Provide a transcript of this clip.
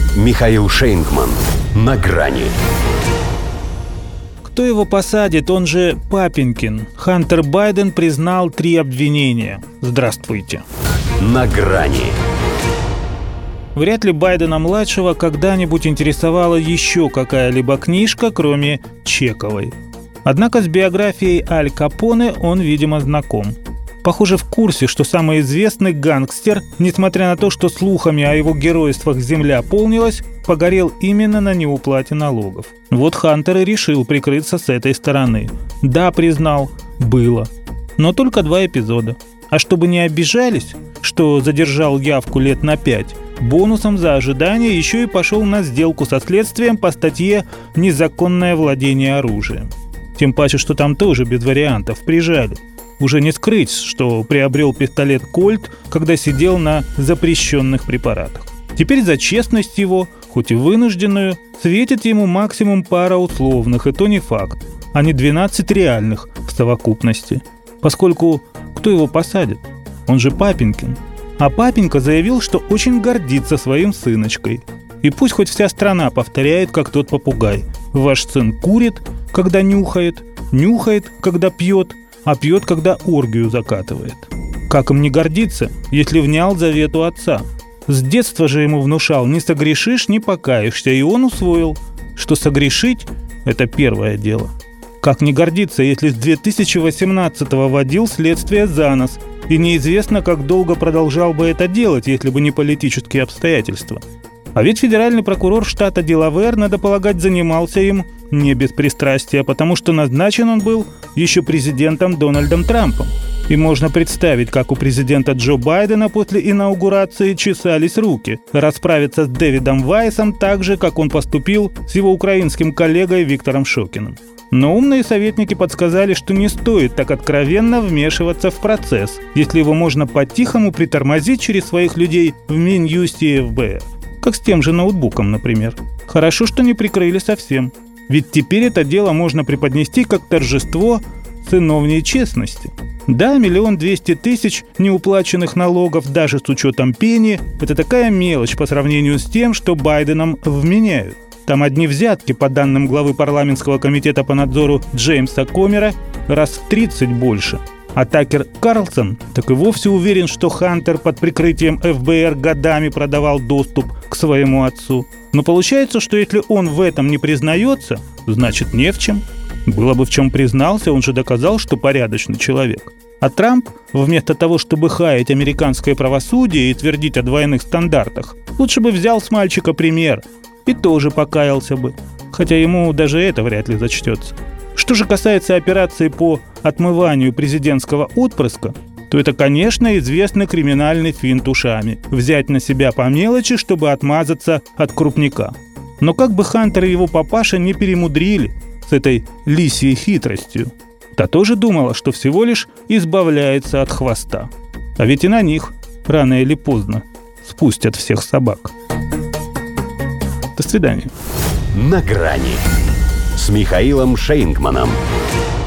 Михаил Шейнгман. На грани. Кто его посадит, он же Папенькин. Хантер Байден признал 3 обвинения. Здравствуйте. На грани. Вряд ли Байдена-младшего когда-нибудь интересовала еще какая-либо книжка, кроме Чековой. Однако с биографией Аль Капоне он, видимо, знаком. Похоже, в курсе, что самый известный гангстер, несмотря на то, что слухами о его геройствах земля полнилась, погорел именно на неуплате налогов. Вот Хантер и решил прикрыться с этой стороны. Да, признал, было. Но только 2 эпизода. А чтобы не обижались, что задержал явку лет на 5, бонусом за ожидание еще и пошел на сделку со следствием по статье «Незаконное владение оружием». Тем паче, что там тоже без вариантов прижали. Уже не скрыть, что приобрел пистолет «Кольт», когда сидел на запрещенных препаратах. Теперь за честность его, хоть и вынужденную, светит ему максимум пара условных, и то не факт, а не 12 реальных в совокупности. Поскольку кто его посадит? Он же Папенькин. А Папенька заявил, что очень гордится своим сыночкой. И пусть хоть вся страна повторяет, как тот попугай. Ваш сын курит, когда нюхает, нюхает, когда пьет, а пьет, когда оргию закатывает. Как им не гордиться, если внял завету отца? С детства же ему внушал: не согрешишь, не покаешься, и он усвоил, что согрешить – это первое дело. Как не гордиться, если с 2018-го водил следствие за нос, и неизвестно, как долго продолжал бы это делать, если бы не политические обстоятельства. А ведь федеральный прокурор штата Делавэр, надо полагать, занимался им не без пристрастия, потому что назначен он был еще президентом Дональдом Трампом. И можно представить, как у президента Джо Байдена после инаугурации чесались руки расправиться с Дэвидом Вайсом так же, как он поступил с его украинским коллегой Виктором Шокиным. Но умные советники подсказали, что не стоит так откровенно вмешиваться в процесс, если его можно по-тихому притормозить через своих людей в Минюсте и ФБР. Как с тем же ноутбуком, например. Хорошо, что не прикрыли совсем. Ведь теперь это дело можно преподнести как торжество сыновней честности. Да, 1 200 000 неуплаченных налогов, даже с учетом пени, это такая мелочь по сравнению с тем, что Байденом вменяют. Там одни взятки, по данным главы парламентского комитета по надзору Джеймса Комера, раз в 30 больше. А Такер Карлсон так и вовсе уверен, что Хантер под прикрытием ФБР годами продавал доступ к своему отцу. Но получается, что если он в этом не признается, значит не в чем. Было бы в чем признался, он же доказал, что порядочный человек. А Трамп, вместо того, чтобы хаять американское правосудие и твердить о двойных стандартах, лучше бы взял с мальчика пример и тоже покаялся бы. Хотя ему даже это вряд ли зачтется. Что же касается операции по отмыванию президентского отпрыска, то это, конечно, известный криминальный финт ушами – взять на себя по мелочи, чтобы отмазаться от крупняка. Но как бы Хантер и его папаша не перемудрили с этой лисьей хитростью, та тоже думала, что всего лишь избавляется от хвоста. А ведь и на них рано или поздно спустят всех собак. До свидания. На грани с Михаилом Шейнгманом.